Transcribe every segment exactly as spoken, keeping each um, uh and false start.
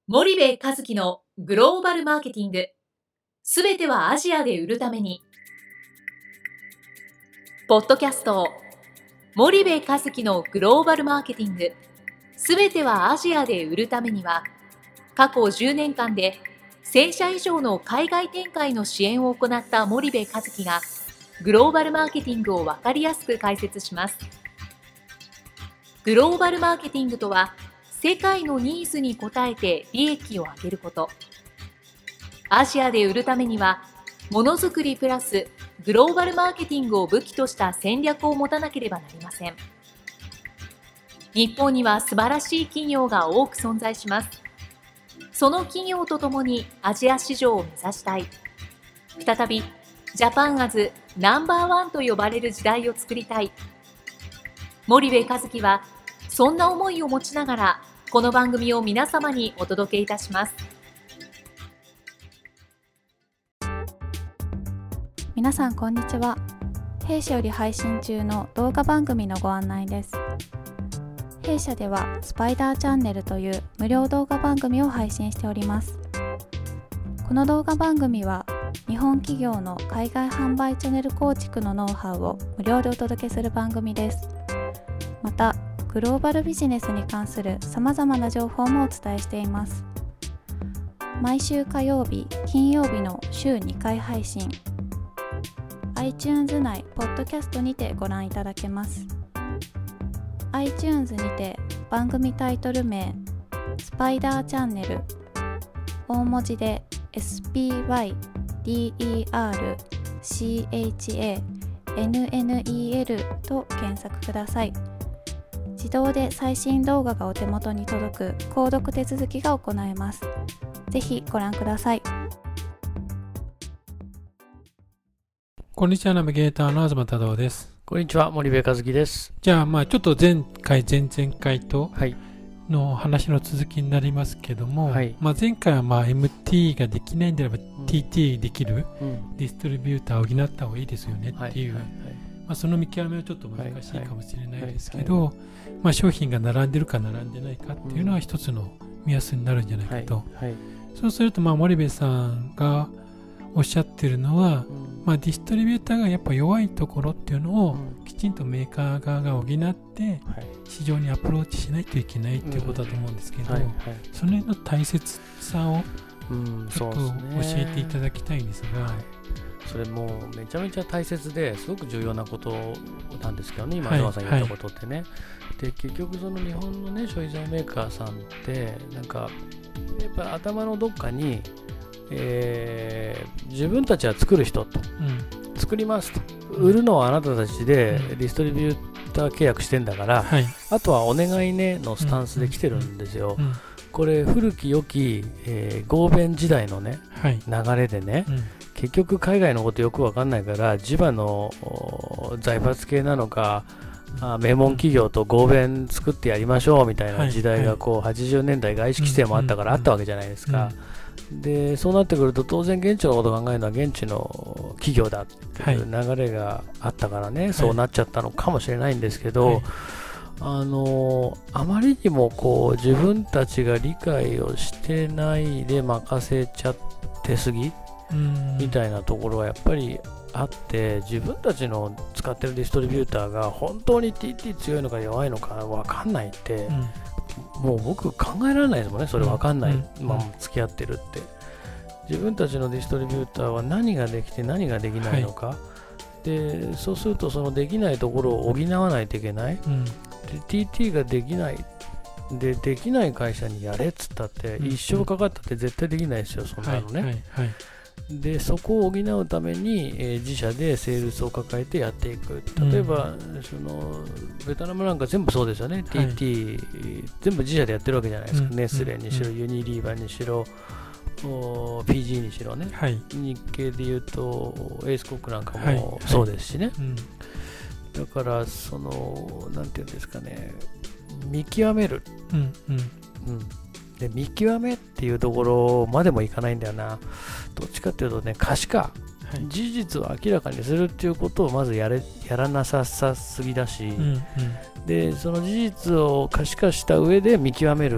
森部一樹のグローバルマーケティング、すべてはアジアで売るために。ポッドキャスト森部一樹のグローバルマーケティング、すべてはアジアで売るためには、過去じゅうねんかんでせんしゃ以上の海外展開の支援を行った森部一樹がグローバルマーケティングを分かりやすく解説します。グローバルマーケティングとは、世界のニーズに応えて利益を上げること。アジアで売るためには、ものづくりプラスグローバルマーケティングを武器とした戦略を持たなければなりません。日本には素晴らしい企業が多く存在します。その企業とともにアジア市場を目指したい。再びジャパンアズナンバーワンと呼ばれる時代を作りたい。森部一樹はそんな思いを持ちながら、この番組を皆様にお届けいたします。 皆さんこんにちは。弊社より配信中の動画番組のご案内です。弊社ではスパイダーチャンネルという無料動画番組を配信しております。この動画番組は日本企業の海外販売チャンネル構築のノウハウを無料でお届けする番組です。またグローバルビジネスに関するさまざまな情報もお伝えしています。毎週火曜日、金曜日の週にかい配信。iTunes 内、ポッドキャストにてご覧いただけます。iTunes にて番組タイトル名、スパイダーチャンネル、大文字で エスピーワイディーイーアールシーエイチエーエヌエヌイーエル と検索ください。自動で最新動画がお手元に届く購読手続きが行えます。ぜひご覧ください。 こんにちは、ナビゲーターの東太郎です。 こんにちは、森部一樹です。 じゃあ、まあちょっと前回、前々回とはいの話の続きになりますけども、 はいまあ、前回はまあ エムティー ができないんであれば、 うん、 ティーティー できるうんディストリビューターを補った方がいいですよねっていう、 はいはいはいまあ、その見極めはちょっと難しいかもしれないですけど、 はいはいまあ、商品が並んでるか並んでないかっていうのは一つの目安になるんじゃないかと、 はいはいそうするとまあ森部さんがおっしゃってるのは、 うんまあ、ディストリビューターがやっぱ弱いところっていうのをうんきちんとメーカー側が補ってはい市場にアプローチしないといけないっていうことだと思うんですけど、 はいはいその辺の大切さをうんちょっと教えていただきたいんですが、 はいそれもめちゃめちゃ大切ですごく重要なことなんですけどね、今はい東さん言ったことってね、で結局その日本のね消費財メーカーさんってなんかやっぱり頭のどっかに、えー、自分たちは作る人と、 うん作りますと、売るのはあなたたちでうんディストリビューター契約してんだから、 はいあとはお願いねのスタンスで来てるんですよ。 うんこれ古き良き、えー、合弁時代のねはい流れでね、 うん結局海外のことよく分かんないから地場のお財閥系なのかあ名門企業と合弁作ってやりましょうみたいな時代がこうはちじゅうねんだい外資規制もあったからあったわけじゃないですか。でそうなってくると当然現地のことを考えるのは現地の企業だっていう流れがあったからね、そうなっちゃったのかもしれないんですけど、 はいあのあまりにもこう自分たちが理解をしてないで任せちゃってすぎうんみたいなところはやっぱりあって、自分たちの使ってるディストリビューターが本当に ティーティー 強いのか弱いのか分かんないって、 うんもう僕考えられないですもんね、それ分かんない、 うんまあ、付き合ってるって自分たちのディストリビューターは何ができて何ができないのか、はい、でそうするとそのできないところを補わないといけない、 うんで ティーティー ができないでできない会社にやれっつったって、 うん一生かかったって絶対できないですよ、そんなのね、 はいはいはいでそこを補うために、えー自社でセールスを抱えてやっていく。例えば、うん、そのベトナムなんか全部そうですよね、はい、ティーティー 全部自社でやってるわけじゃないですか、うん、ネスレにしろ、うん、ユニリーバーにしろ、ピージー にしろね、はい、日系でいうとエースコックなんかもそうですしね、はいはいうん、だからそのなんていうんですかね、見極める、 うんうんうんで見極めっていうところまでもいかないんだよな。どっちかっていうとね、可視化、はい、事実を明らかにするっていうことをまずやれやらなささすぎだし、うんうん、でその事実を可視化した上で見極める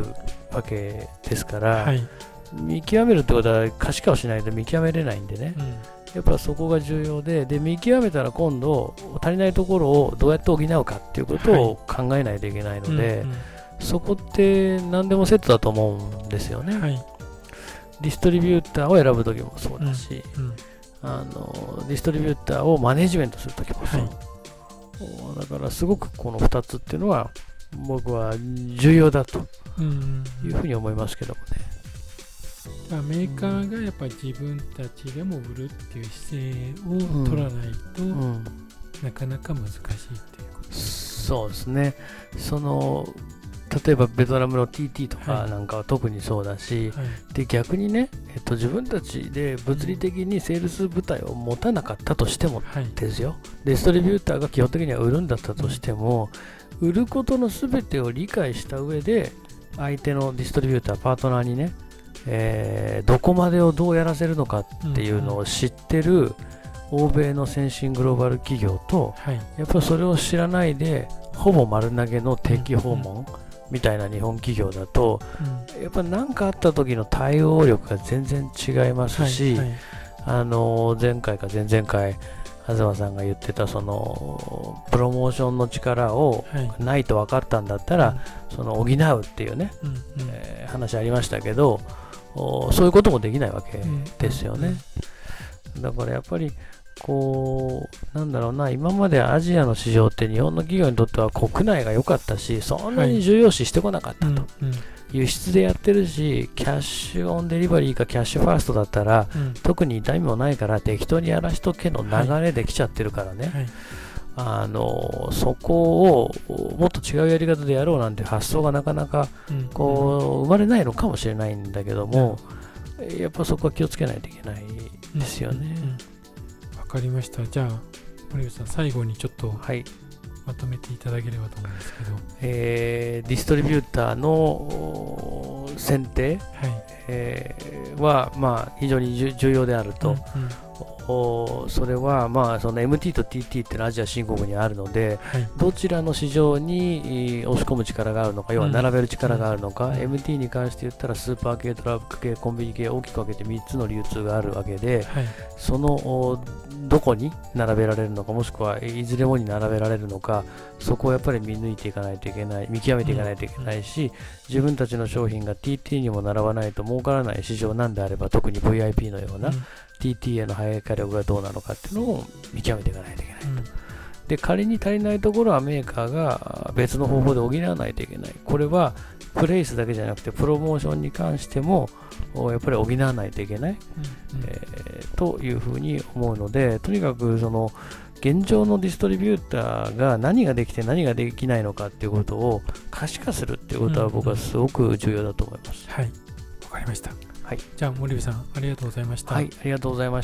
わけですから、 はい、 見極めるってことは可視化をしないと見極めれないんでね、 うん、 やっぱそこが重要で、で見極めたら今度足りないところをどうやって補うかっていうことを考えないといけないので、 うんうん、 そこって何でもセットだと思うんですよね。 はい、 ディストリビューターを選ぶときもそうだし、 うんうん、 あのディストリビューターをマネジメントするときもそう、はい、だからすごくこのふたつっていうのは僕は重要だというふうに思いますけどもね。 メーカーがやっぱり自分たちでも売るっていう姿勢を取らないと、うんうん、なかなか難しいっていうことですね。 そうですね。その例えばベトナムの ティーティー とかなんかは特にそうだし、はい、で逆にね、えっと、自分たちで物理的にセールス部隊を持たなかったとしてもですよ、はい、ディストリビューターが基本的には売るんだったとしても、うん、売ることの全てを理解した上で相手のディストリビューターパートナーにね、えー、どこまでをどうやらせるのかっていうのを知ってる欧米の先進グローバル企業と、はい、やっぱりそれを知らないでほぼ丸投げの定期訪問、うんうんみたいな日本企業だと、うん、やっぱ何かあった時の対応力が全然違いますし、はいはい、あの前回か前々回東さんが言ってたそのプロモーションの力をないと分かったんだったら、はい、その補うっていうね、うんうんえー、話ありましたけど、そういうこともできないわけですよね、うんうん、だからやっぱりこうなんだろうな、今までアジアの市場って日本の企業にとっては国内が良かったし、そんなに重要視してこなかったと、はいうんうん、輸出でやってるし、キャッシュオンデリバリーかキャッシュファーストだったら、うん、特に痛みもないから適当にやらしとけの流れできちゃってるからね、はいはい、あのそこをもっと違うやり方でやろうなんて発想がなかなかこう、うん、生まれないのかもしれないんだけども、うん、やっぱそこは気をつけないといけないですよね、うんうんうん。わかりました。 じゃあ森口さん、最後にちょっとまとめていただければと思うんですけど、 えー、ディストリビューターの選定、はいえー、は、まあ、非常に重要であると、うんうん、それは、まあ、その エムティー と ティーティー ってのはアジア新興にあるので、はい、どちらの市場に押し込む力があるのか、要は並べる力があるのか、うん、エムティー に関して言ったらスーパー系、トラック系、コンビニ系大きく分けてみっつの流通があるわけで、はい、そのどこに並べられるのか、もしくはいずれもに並べられるのか、そこをやっぱり見抜いていかないといけない、見極めていかないといけないし、自分たちの商品が ティーティー にも並ばないと儲からない市場なんであれば、特に ブイアイピー のような、うん、ティーティー への配下力がどうなのかっていうのを見極めていかないといけないと、うん、で仮に足りないところはメーカーが別の方法で補わないといけない。これはプレイスだけじゃなくてプロモーションに関してもやっぱり補わないといけない、うんうんえー、というふうに思うので、とにかくその現状のディストリビューターが何ができて何ができないのかっていうことを可視化するっていうことは僕はすごく重要だと思います。 うんうん、はい、わかりました。 はい、 じゃあ森部さん、ありがとうございました。 はい、ありがとうございました。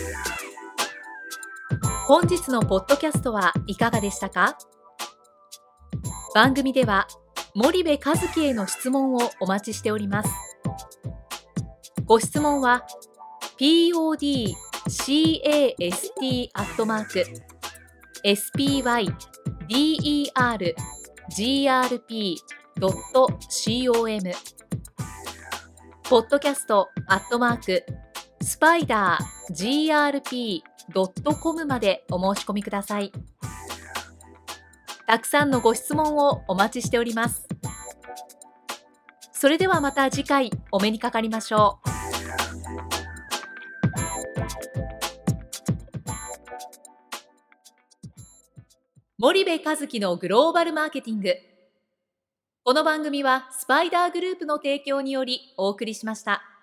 本日のポッドキャストはいかがでしたか？番組では森部一樹への質問をお待ちしております。ご質問は ピーオーディーキャスト アットマーク エスピーワイディーイーアールジーアールピードットコム ポッドキャストアットマークスパイダー ジーアールピードットコム までお申し込みください。たくさんのご質問をお待ちしております。それではまた次回お目にかかりましょう。森部一樹のグローバルマーケティング。この番組はスパイダーグループの提供によりお送りしました。